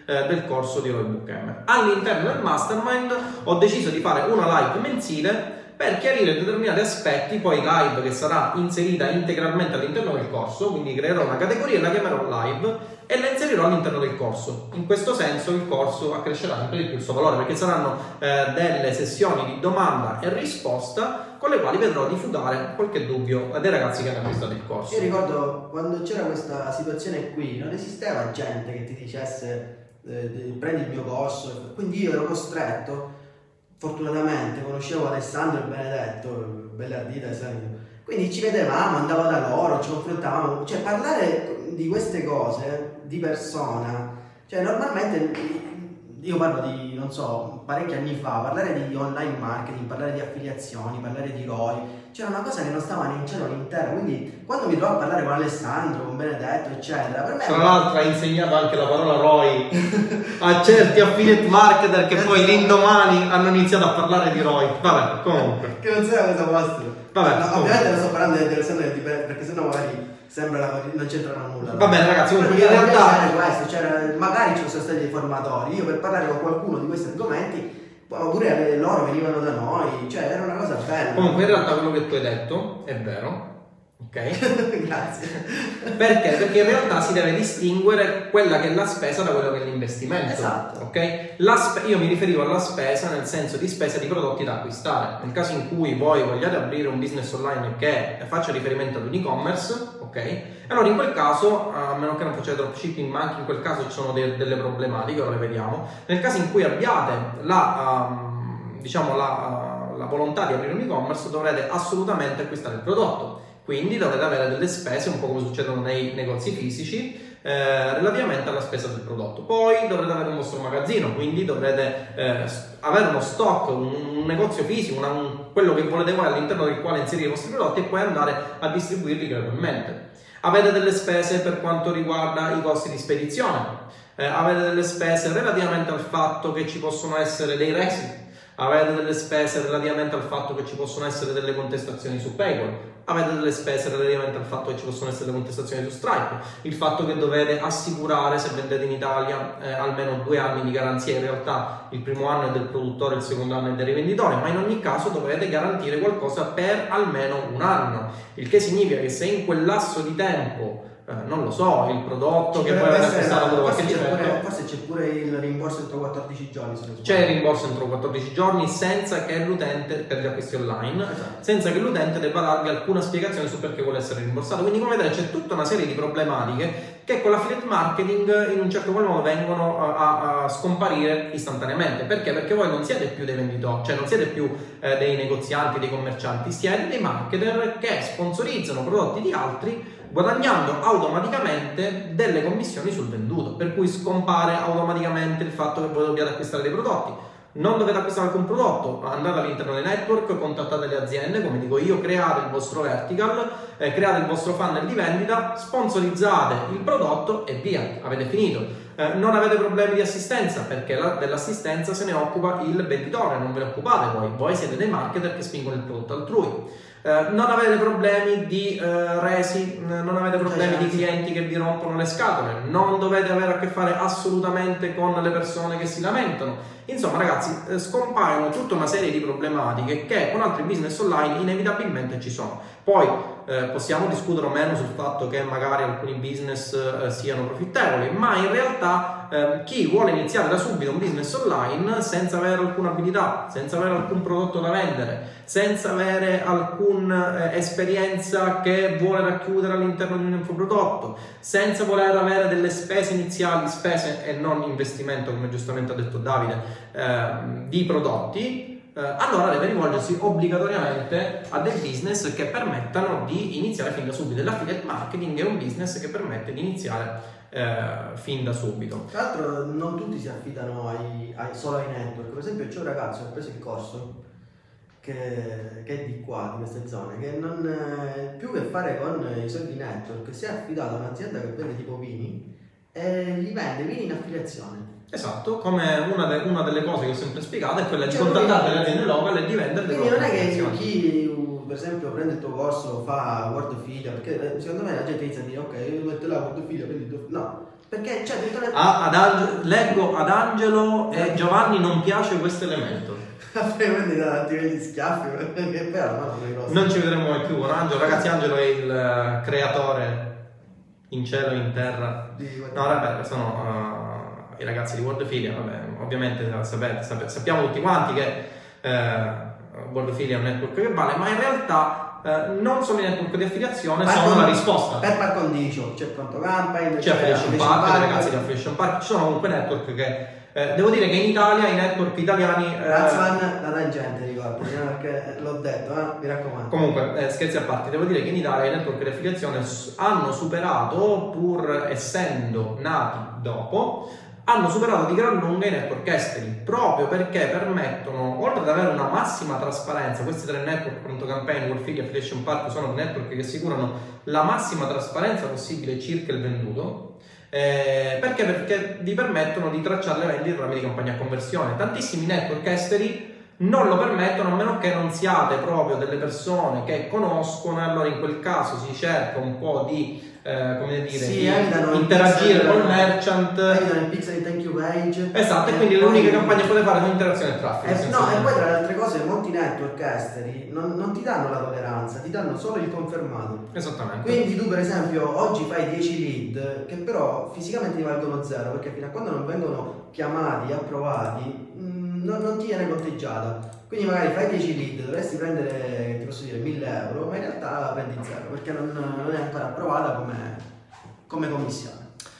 eh, del corso di Roybook M. All'interno del mastermind ho deciso di fare una live mensile per chiarire determinati aspetti, poi live che sarà inserita integralmente all'interno del corso, quindi creerò una categoria e la chiamerò live e la inserirò all'interno del corso. In questo senso il corso accrescerà sempre di più il suo valore, perché saranno eh, delle sessioni di domanda e risposta con le quali vedrò di fugare qualche dubbio dei ragazzi che hanno acquistato il corso. Io ricordo quando c'era questa situazione qui, non esisteva gente che ti dicesse eh, prendi il mio corso, quindi io ero costretto. Fortunatamente conoscevo Alessandro e Benedetto, Bellardita e Salino, quindi ci vedevamo, andavo da loro, ci confrontavamo, cioè parlare di queste cose di persona, cioè normalmente io parlo di, non so, parecchi anni fa, parlare di online marketing, parlare di affiliazioni, parlare di R O I, c'era una cosa che non stava né in cielo né in terra, quindi quando mi trovo a parlare con Alessandro, con Benedetto, eccetera, per me... Tra l'altro ha insegnato anche la parola R O I a certi affiliate marketer che poi l'indomani hanno iniziato a parlare di R O I. Vabbè, comunque. Che non so cosa fosse. Vabbè, no, ovviamente non sto parlando di Alessandro perché sennò magari sembra la, non c'entrano nulla. Va bene ragazzi, comunque in realtà... questo, cioè, magari ci sono stati dei formatori, io per parlare con qualcuno di questi argomenti oppure loro venivano da noi, cioè era una cosa bella. Comunque in realtà quello che tu hai detto è vero, ok? Grazie. Perché? Perché in realtà si deve distinguere quella che è la spesa da quello che è l'investimento. Esatto. Ok? La spe- io mi riferivo alla spesa nel senso di spesa di prodotti da acquistare. Nel caso in cui voi vogliate aprire un business online che faccia riferimento ad un e-commerce, ok? Allora in quel caso, a meno che non facciate dropshipping, ma anche in quel caso ci sono de- delle problematiche, ora le vediamo. Nel caso in cui abbiate la, um, diciamo la, uh, la volontà di aprire un e-commerce, dovrete assolutamente acquistare il prodotto. Quindi dovrete avere delle spese, un po' come succedono nei negozi fisici, eh, relativamente alla spesa del prodotto. Poi dovrete avere un vostro magazzino, quindi dovrete eh, avere uno stock, un, un negozio fisico, una, un, quello che volete voi all'interno del quale inserire i vostri prodotti e poi andare a distribuirli gradualmente. Avete delle spese per quanto riguarda i costi di spedizione, eh, avete delle spese relativamente al fatto che ci possono essere dei resi, avete delle spese relativamente al fatto che ci possono essere delle contestazioni su PayPal, avete delle spese relativamente al fatto che ci possono essere delle contestazioni su Stripe, il fatto che dovete assicurare, se vendete in Italia, eh, almeno due anni di garanzia. In realtà il primo anno è del produttore, il secondo anno è del rivenditore, ma in ogni caso dovete garantire qualcosa per almeno un anno, il che significa che se in quel lasso di tempo Eh, non lo so, il prodotto ci che poi avete acquistato avuto qualche difetto. Forse c'è pure il rimborso entro quattordici giorni. Se c'è il rimborso entro quattordici giorni senza che l'utente, per gli acquisti online, esatto, senza che l'utente debba darvi alcuna spiegazione su perché vuole essere rimborsato. Quindi come vedete c'è tutta una serie di problematiche che con l'affiliate marketing in un certo qual modo vengono a, a scomparire istantaneamente. Perché? Perché voi non siete più dei venditori, cioè non siete più eh, dei negozianti, dei commercianti, siete dei marketer che sponsorizzano prodotti di altri guadagnando automaticamente delle commissioni sul venduto, per cui scompare automaticamente il fatto che voi dobbiate acquistare dei prodotti. Non dovete acquistare alcun prodotto, andate all'interno dei network, contattate le aziende, come dico io, create il vostro vertical, eh, create il vostro funnel di vendita, sponsorizzate il prodotto e via, avete finito. Eh, non avete problemi di assistenza, perché la, dell'assistenza se ne occupa il venditore, non ve ne occupate voi, voi siete dei marketer che spingono il prodotto altrui. Uh, non avete problemi di uh, resi, non avete problemi di clienti che vi rompono le scatole, non dovete avere a che fare assolutamente con le persone che si lamentano. Insomma ragazzi, scompaiono tutta una serie di problematiche che con altri business online inevitabilmente ci sono. Poi eh, possiamo discutere o meno sul fatto che magari alcuni business eh, siano profittevoli, ma in realtà eh, chi vuole iniziare da subito un business online senza avere alcuna abilità, senza avere alcun prodotto da vendere, senza avere alcuna eh, esperienza che vuole racchiudere all'interno di un infoprodotto, senza voler avere delle spese iniziali, spese e non investimento, come giustamente ha detto Davide, eh, di prodotti, eh, allora deve rivolgersi obbligatoriamente a dei business che permettano di iniziare fin da subito. L'affiliate marketing è un business che permette di iniziare eh, fin da subito. Tra l'altro non tutti si affidano ai, ai, solo ai network. Per esempio c'è un ragazzo che ha preso il corso che, che è di qua, di queste zone, che non eh, più che fare con i soldi network, si è affidato a un'azienda che vende tipo vini e li vende vini in affiliazione. Esatto, come una, de, una delle cose che ho sempre spiegato è quella di cioè, contattare le aziende local e di venderle. Quindi non è che chi per esempio prende il tuo corso, fa word figlia, perché secondo me la gente inizia a dire ok, io metto là word figlia, prendi il tuo... no, Perché cioè, le... ah, ad Ange... leggo ad Angelo e Giovanni non piace questo elemento. Quindi da gli schiaffi, che però no, non ci vedremo mai più con Angelo. Ragazzi, Angelo è il creatore in cielo e in terra. No, vabbè, sono uh, i ragazzi di Worldfilia. Vabbè, ovviamente sapete, sapete, sappiamo tutti quanti che uh, Worldfilia è un network che vale, ma in realtà Uh, non sono i network di affiliazione, par sono con, la risposta. Per par condicio, c'è Pronto Campaign, c'è Affiliation Park, i ragazzi di Affiliation Park, ci sono comunque network che eh, devo dire che in Italia i network italiani eh, Razvan la tangente, ricordo, perché l'ho detto, eh, mi raccomando. Comunque, eh, scherzi a parte, devo dire che in Italia i network di affiliazione hanno superato, pur essendo nati dopo, hanno superato di gran lunga i network esteri, proprio perché permettono, oltre ad avere una massima trasparenza, questi tre network, Pronto Campaign, Worldfilia e Affiliation Park, sono network che assicurano la massima trasparenza possibile circa il venduto, eh, perché? Perché vi permettono di tracciare le vendite tramite campagna a conversione. Tantissimi network esteri non lo permettono, a meno che non siate proprio delle persone che conoscono, e allora in quel caso si cerca un po' di Eh, come dire, sì, di interagire con il merchant, evitano il pixel di thank you page, esatto, e quindi le uniche campagne che potete fare sono interazione e traffico. Eh, no, e poi tra le altre cose molti network esteri non, non ti danno la tolleranza, ti danno solo il confermato. Esattamente. Quindi tu per esempio oggi fai dieci lead che però fisicamente ti valgono zero, perché fino a quando non vengono chiamati, approvati, mh, non, non ti viene conteggiata. Quindi magari fai dieci lead, dovresti prendere, ti posso dire, mille euro, ma in realtà prendi zero, perché non, non è ancora approvata come, come commissione.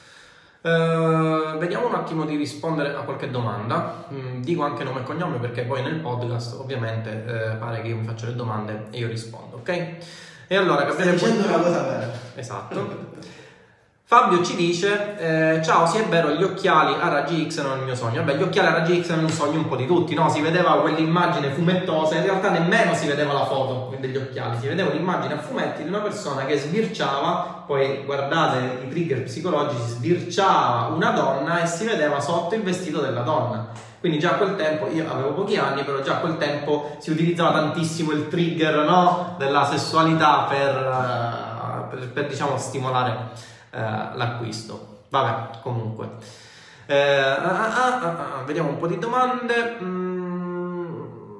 Uh, vediamo un attimo di rispondere a qualche domanda. Mm, dico anche nome e cognome perché poi nel podcast ovviamente eh, pare che io mi faccia le domande e io rispondo, ok? E allora stai dicendo una cosa vera. Esatto. Fabio ci dice eh, ciao, sì è vero, gli occhiali a raggi X non è il mio sogno. Vabbè, gli occhiali a raggi X è un sogno un po' di tutti, no? Si vedeva quell'immagine fumettosa, in realtà nemmeno si vedeva la foto degli occhiali, si vedeva un'immagine a fumetti di una persona che sbirciava, poi guardate i trigger psicologici, sbirciava una donna e si vedeva sotto il vestito della donna. Quindi già a quel tempo, io avevo pochi anni, però già a quel tempo si utilizzava tantissimo il trigger, no? Della sessualità per, per, per diciamo stimolare l'acquisto. Vabbè, comunque eh, ah, ah, ah, ah, vediamo un po' di domande. mm.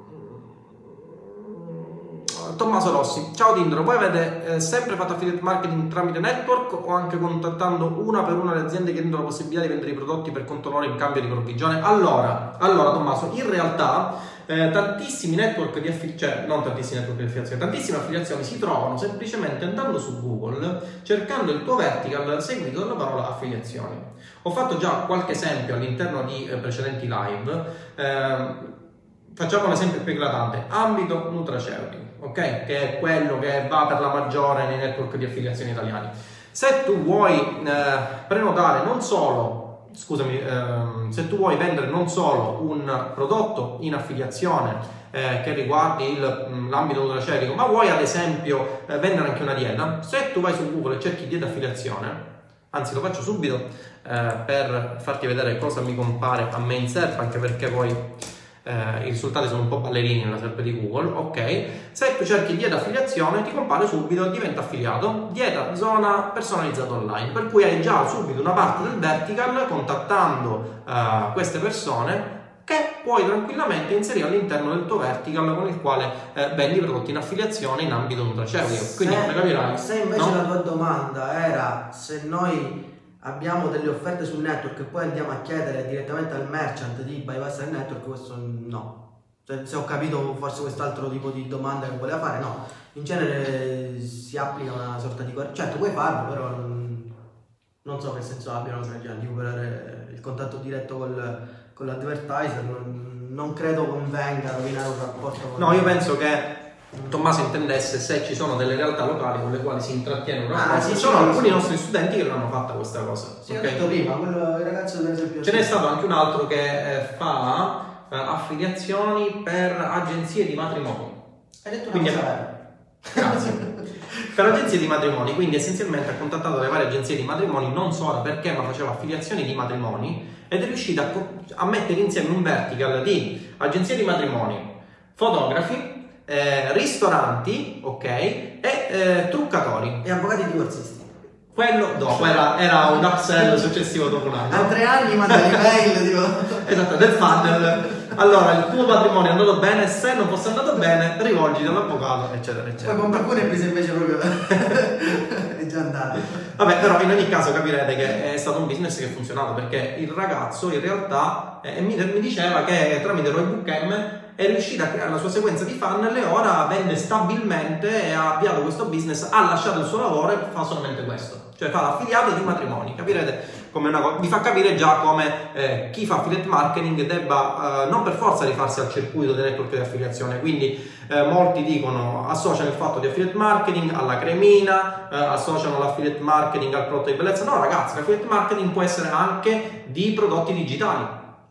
Tommaso Rossi, ciao Tindro, voi avete eh, sempre fatto affiliate marketing tramite network o anche contattando una per una le aziende che hanno la possibilità di vendere i prodotti per conto loro in cambio di provvigione? Allora, allora Tommaso, in realtà Eh, tantissimi network di affiliazione, cioè non tantissimi network di affiliazione, tantissime affiliazioni si trovano semplicemente andando su Google, cercando il tuo vertical seguito dalla parola affiliazioni. Ho fatto già qualche esempio all'interno di eh, precedenti live, eh, facciamo l'esempio più eclatante, ambito nutraceutico, ok? Che è quello che va per la maggiore nei network di affiliazione italiani. Se tu vuoi eh, prenotare non solo Scusami, ehm, se tu vuoi vendere non solo un prodotto in affiliazione eh, che riguardi il, l'ambito nutraceutico, ma vuoi ad esempio eh, vendere anche una dieta, se tu vai su Google e cerchi dieta affiliazione, anzi lo faccio subito eh, per farti vedere cosa mi compare a me in SERP, anche perché poi eh, i risultati sono un po' ballerini nella SERP di Google, ok? Se tu cerchi dieta affiliazione ti compare subito diventa affiliato, dieta zona personalizzata online, per cui hai già subito una parte del vertical contattando uh, queste persone che puoi tranquillamente inserire all'interno del tuo vertical con il quale eh, vendi prodotti in affiliazione in ambito nutraceutico. Quindi se, come capirai, se invece no? La tua domanda era se noi abbiamo delle offerte sul network e poi andiamo a chiedere direttamente al merchant di bypassare il network, questo no. Se ho capito forse quest'altro tipo di domanda che voleva fare, no. In genere si applica una sorta di... Certo, puoi farlo, però non, non so che senso abbiano di operare il contatto diretto col, con l'advertiser, non, non credo convenga rovinare un rapporto con... No, io penso che Tommaso intendesse se ci sono delle realtà locali con le quali si intrattiene un rapporto. Ah, sì, ci sono sì, alcuni sì. nostri studenti che l'hanno fatta questa cosa. Sì, okay? Ho detto prima, quello, il ragazzo per esempio... Ce n'è stato anche un altro che eh, fa eh, affiliazioni per agenzie di matrimoni. Hai detto una quindi, cosa vera. Grazie. Per agenzie di matrimoni, quindi essenzialmente ha contattato le varie agenzie di matrimoni, non solo perché, ma faceva affiliazioni di matrimoni ed è riuscita a, a mettere insieme un vertical di agenzie di matrimoni, fotografi, Eh, ristoranti, ok, e eh, truccatori e avvocati divorzisti. Quello dopo, era, era un upsell successivo dopo un anno. A tre anni manda l'email, tipo. Esatto, del funnel. Allora, il tuo patrimonio è andato bene, se non fosse andato bene, rivolgiti all'avvocato, eccetera, eccetera. Poi compra pure e se invece proprio è già andato. Vabbè, però in ogni caso capirete che è stato un business che ha funzionato, perché il ragazzo in realtà eh, mi, mi diceva che tramite Roybook M è riuscita a creare la sua sequenza di funnel e ora vende stabilmente e ha avviato questo business, ha lasciato il suo lavoro e fa solamente questo. Cioè fa l'affiliato di matrimoni, capirete? Come una cosa, vi fa capire già come eh, chi fa affiliate marketing debba eh, non per forza rifarsi al circuito del network di affiliazione. Quindi eh, molti dicono, associano il fatto di affiliate marketing alla cremina, eh, associano l'affiliate marketing al prodotto di bellezza. No ragazzi, l'affiliate marketing può essere anche di prodotti digitali,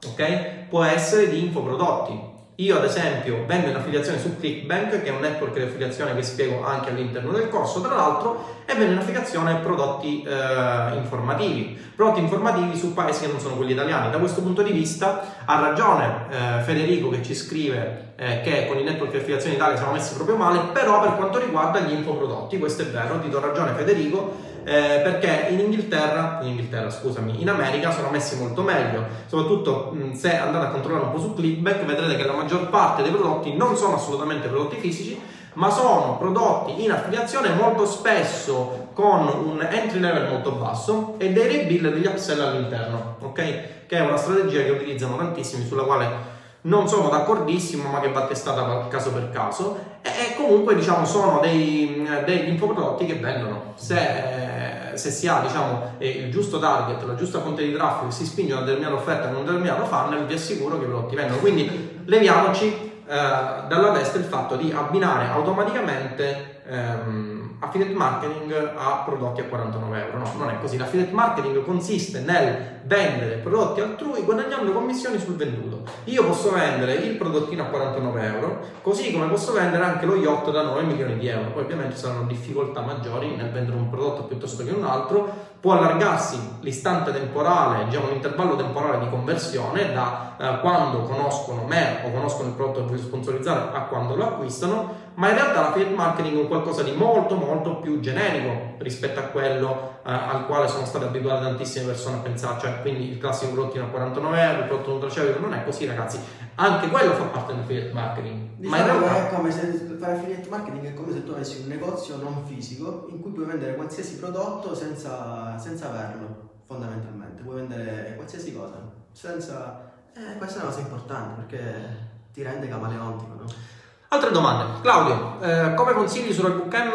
ok? Può essere di infoprodotti. Io ad esempio vendo in affiliazione su ClickBank, che è un network di affiliazione che spiego anche all'interno del corso, tra l'altro, e vendo in affiliazione prodotti eh, informativi, prodotti informativi su paesi che non sono quelli italiani. Da questo punto di vista ha ragione eh, Federico che ci scrive eh, che con i network di affiliazione in Italia siamo messi proprio male, però per quanto riguarda gli infoprodotti, questo è vero, ti do ragione Federico, Eh, perché in Inghilterra, in Inghilterra, scusami, in America sono messi molto meglio. Soprattutto mh, se andate a controllare un po' su ClickBank vedrete che la maggior parte dei prodotti non sono assolutamente prodotti fisici, ma sono prodotti in affiliazione molto spesso con un entry level molto basso e dei rebill e degli upsell all'interno, ok? Che è una strategia che utilizzano tantissimi, sulla quale non sono d'accordissimo, ma che va testata caso per caso, e comunque diciamo sono dei, degli infoprodotti che vendono. Se, se si ha diciamo il giusto target, la giusta fonte di traffico, si spinge una determinata offerta con un determinato funnel, vi assicuro che i prodotti vendono. Quindi leviamoci eh, dalla testa il fatto di abbinare automaticamente ehm, affiliate marketing a prodotti a quarantanove euro. No, non è così. L'affiliate marketing consiste nel vendere prodotti altrui guadagnando commissioni sul venduto. Io posso vendere il prodottino a quarantanove euro, così come posso vendere anche lo yacht da nove milioni di euro. Poi ovviamente saranno difficoltà maggiori nel vendere un prodotto piuttosto che un altro. Può allargarsi l'istante temporale, diciamo l'intervallo temporale di conversione da eh, quando conoscono me o conoscono il prodotto che voglio sponsorizzare a quando lo acquistano, ma in realtà l'affiliate marketing è un qualcosa di molto molto più generico rispetto a quello eh, al quale sono state abituate tantissime persone a pensare, cioè quindi il classico prodottino a quarantanove euro, il prodotto nutraceutica. Non è così ragazzi, anche quello fa parte dell'affiliate marketing. Diciamo, ma in realtà è come se fare affiliate marketing è come se tu avessi un negozio non fisico in cui puoi vendere qualsiasi prodotto senza, senza averlo, fondamentalmente puoi vendere qualsiasi cosa senza... Eh, questa è una cosa importante perché ti rende camaleontico, no? Altre domande. Claudio, eh, come consigli su Roybook M?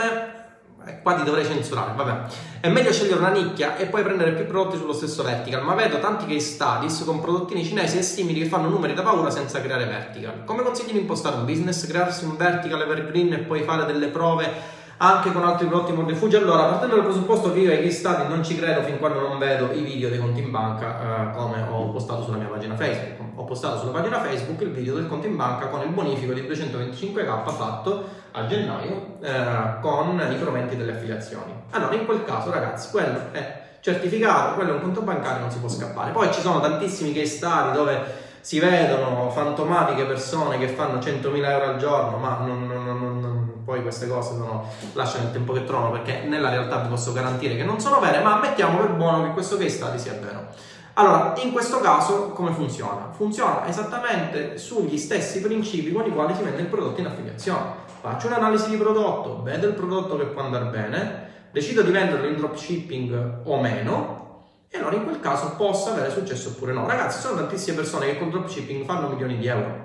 Eh, qua ti dovrei censurare, vabbè. È meglio scegliere una nicchia e poi prendere più prodotti sullo stesso vertical, ma vedo tanti case studies con prodottini cinesi e simili che fanno numeri da paura senza creare vertical. Come consigli di impostare un business, crearsi un vertical evergreen e poi fare delle prove anche con altri prodotti mordi e fuggi? Allora, partendo dal presupposto che io ai case study non ci credo fin quando non vedo i video dei conti in banca, eh, come ho postato sulla mia pagina Facebook. Ho postato sulla pagina Facebook il video del conto in banca con il bonifico di duecentoventicinque k fatto a gennaio eh, con i proventi delle affiliazioni. Allora, in quel caso, ragazzi, quello è certificato, quello è un conto bancario, non si può scappare. Poi ci sono tantissimi case study dove si vedono fantomatiche persone che fanno centomila euro al giorno, ma non, non, non, non poi queste cose sono, lasciano il tempo che trovano, perché nella realtà vi posso garantire che non sono vere, ma mettiamo per buono che questo case study sia vero. Allora, in questo caso come funziona? Funziona esattamente sugli stessi principi con i quali si vende il prodotto in affiliazione. Faccio un'analisi di prodotto, vedo il prodotto che può andare bene, decido di venderlo in dropshipping o meno, e allora in quel caso possa avere successo oppure no. Ragazzi, sono tantissime persone che con dropshipping fanno milioni di euro.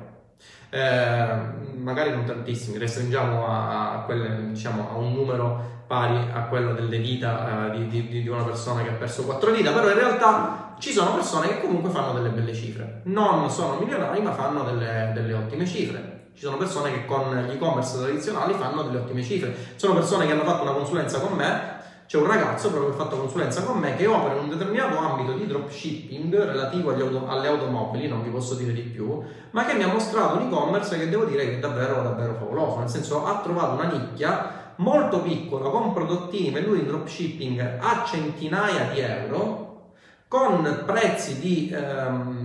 Eh, magari non tantissimi, restringiamo a, a, quelle, diciamo, a un numero pari a quello delle dita uh, di, di, di una persona che ha perso quattro dita, però in realtà ci sono persone che comunque fanno delle belle cifre, non sono milionari ma fanno delle, delle ottime cifre. Ci sono persone che con gli e-commerce tradizionali fanno delle ottime cifre, sono persone che hanno fatto una consulenza con me. C'è un ragazzo proprio che ha fatto consulenza con me che opera in un determinato ambito di dropshipping relativo agli auto, alle automobili, non vi posso dire di più, ma che mi ha mostrato un e-commerce che devo dire che è davvero, davvero favoloso, nel senso ha trovato una nicchia molto piccola con prodottini venduti in dropshipping a centinaia di euro, con prezzi di, ehm,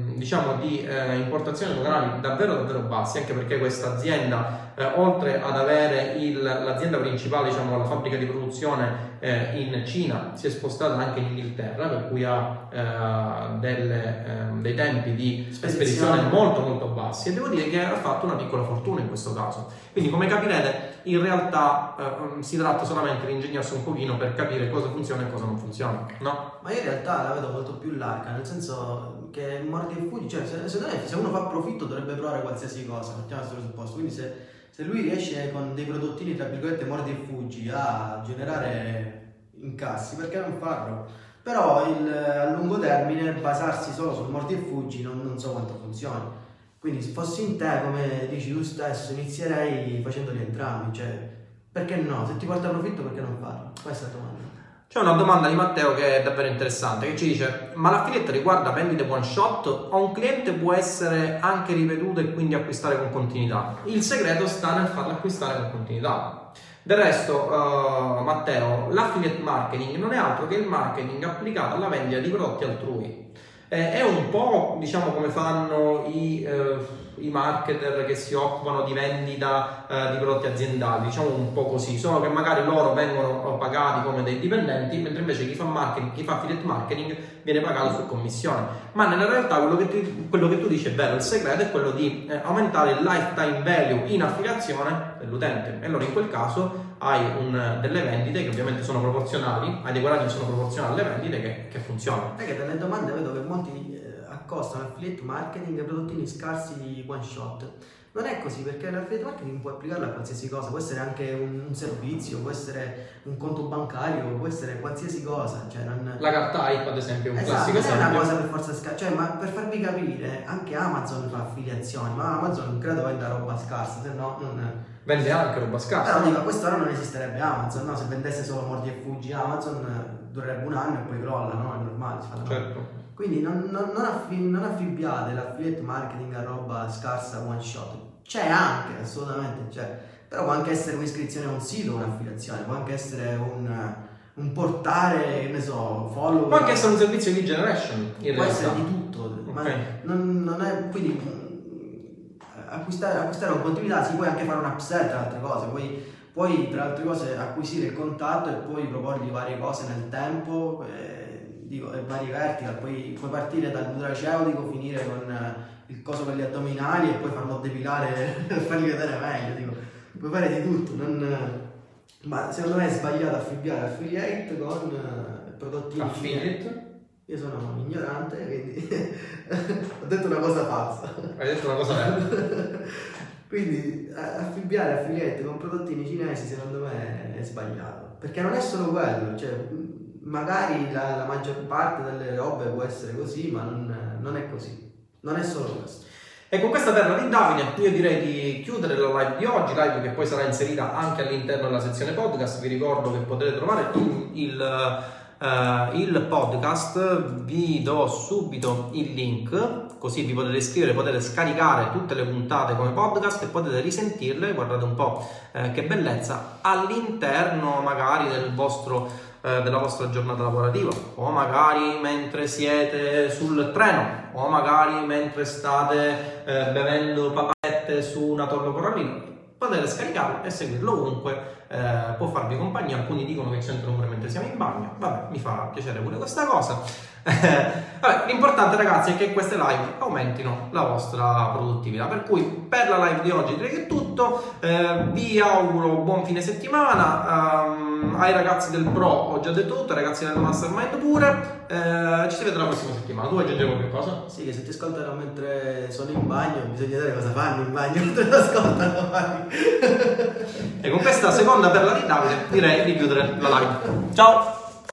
diciamo di eh, importazione doganali davvero davvero bassi, anche perché questa azienda eh, oltre ad avere il, l'azienda principale, diciamo la fabbrica di produzione eh, in Cina, si è spostata anche in Inghilterra, per cui ha eh, delle, eh, dei tempi di spedizione molto molto bassi, e devo dire che ha fatto una piccola fortuna in questo caso. Quindi, come capirete, in realtà eh, si tratta solamente di ingegnarsi un pochino per capire cosa funziona e cosa non funziona, no? Ma io in realtà la vedo molto più larga, nel senso che mordi e fuggi, cioè se, se, se uno fa profitto dovrebbe provare qualsiasi cosa, partiamo da questo presupposto. Quindi se, se lui riesce con dei prodottini tra virgolette mordi e fuggi a generare incassi, perché non farlo? Però il, a lungo termine basarsi solo sul mordi e fuggi non, non so quanto funzioni. Quindi se fossi in te, come dici tu stesso, inizierei facendoli entrambi, cioè perché no? Se ti porta profitto, perché non farlo? Questa è la domanda. C'è una domanda di Matteo che è davvero interessante, che ci dice: ma l'affiliate riguarda vendite one shot o un cliente può essere anche ripetuto e quindi acquistare con continuità? Il segreto sta nel farlo acquistare con continuità. Del resto, uh, Matteo, l'affiliate marketing non è altro che il marketing applicato alla vendita di prodotti altrui. Eh, è un po', diciamo, come fanno i, eh, i marketer che si occupano di vendita eh, di prodotti aziendali, diciamo un po' così, solo che magari loro vengono pagati come dei dipendenti, mentre invece chi fa marketing, chi fa affiliate marketing viene pagato su commissione. Ma nella realtà quello che, ti, quello che tu dici è vero, il segreto è quello di eh, aumentare il lifetime value in affiliazione dell'utente, e allora in quel caso hai un, delle vendite che ovviamente sono proporzionali, hai dei guadagni che sono proporzionali alle vendite che, che funzionano. È che dalle domande vedo che molti eh, accostano affiliate marketing e prodottini scarsi di one shot. Non è così, perché l'affiliate marketing può applicarlo a qualsiasi cosa, può essere anche un, un servizio, può essere un conto bancario, può essere qualsiasi cosa. Cioè non... La carta I P ad esempio è un esatto, classico non è esempio. una cosa per forza scarsa, cioè, ma per farvi capire, anche Amazon fa affiliazioni, ma Amazon non credo venda roba scarsa, se no non... Vende anche roba scarsa. Però dico, a quest'ora non esisterebbe Amazon, no? Se vendesse solo mordi e fuggi Amazon durerebbe un anno e poi crolla, no? È normale, si fa certo. Quindi non, non, non, affi- non affibbiate l'affiliate marketing a roba scarsa one shot. C'è anche, assolutamente c'è. Però può anche essere un'iscrizione a un sito, un'affiliazione, può anche essere un, un portare, che ne so, follow. Può anche essere un servizio di generation, in può realtà. essere di tutto, okay. Ma non, non è, quindi acquistare, acquistare con continuità, si può anche fare un upsell tra altre cose, puoi, puoi tra altre cose acquisire il contatto e poi proporgli varie cose nel tempo, eh, dico, e vari vertical, puoi, puoi partire dal nutraceutico, finire con eh, il coso per gli addominali e poi farlo depilare per fargli vedere meglio, dico, puoi fare di tutto, non, ma secondo me è sbagliato affibbiare affiliate con eh, prodotti affiliate. Io sono ignorante, quindi ho detto una cosa falsa. Hai detto una cosa vera. Quindi affibbiare affiliate con prodottini cinesi secondo me è sbagliato. Perché non è solo quello, cioè magari la, la maggior parte delle robe può essere così, ma non, non è così. Non è solo questo. E con questa perla di Davide io direi di chiudere la live di oggi, live che poi sarà inserita anche all'interno della sezione podcast. Vi ricordo che potete trovare il, il Uh, il podcast, vi do subito il link così vi potete iscrivere, potete scaricare tutte le puntate come podcast e potete risentirle, guardate un po' eh, che bellezza, all'interno magari del vostro, eh, della vostra giornata lavorativa, o magari mentre siete sul treno, o magari mentre state eh, bevendo papette su una torre corallina. Potete scaricarlo e seguirlo ovunque, eh, può farvi compagnia. Alcuni dicono che c'entra l'umore mentre siamo in bagno, vabbè, mi fa piacere pure questa cosa. Vabbè, l'importante ragazzi è che queste live aumentino la vostra produttività, per cui per la live di oggi direi che è tutto, eh, vi auguro buon fine settimana, um, ai ragazzi del Pro ho già detto tutto, ai ragazzi del Mastermind pure, eh, ci si vede la prossima settimana. Tu aggiungi qualche cosa? Sì, che se ti ascoltano mentre sono in bagno bisogna vedere cosa fanno in bagno mentre ti ascoltano. E con questa seconda perla di Davide direi di chiudere la live. Ciao!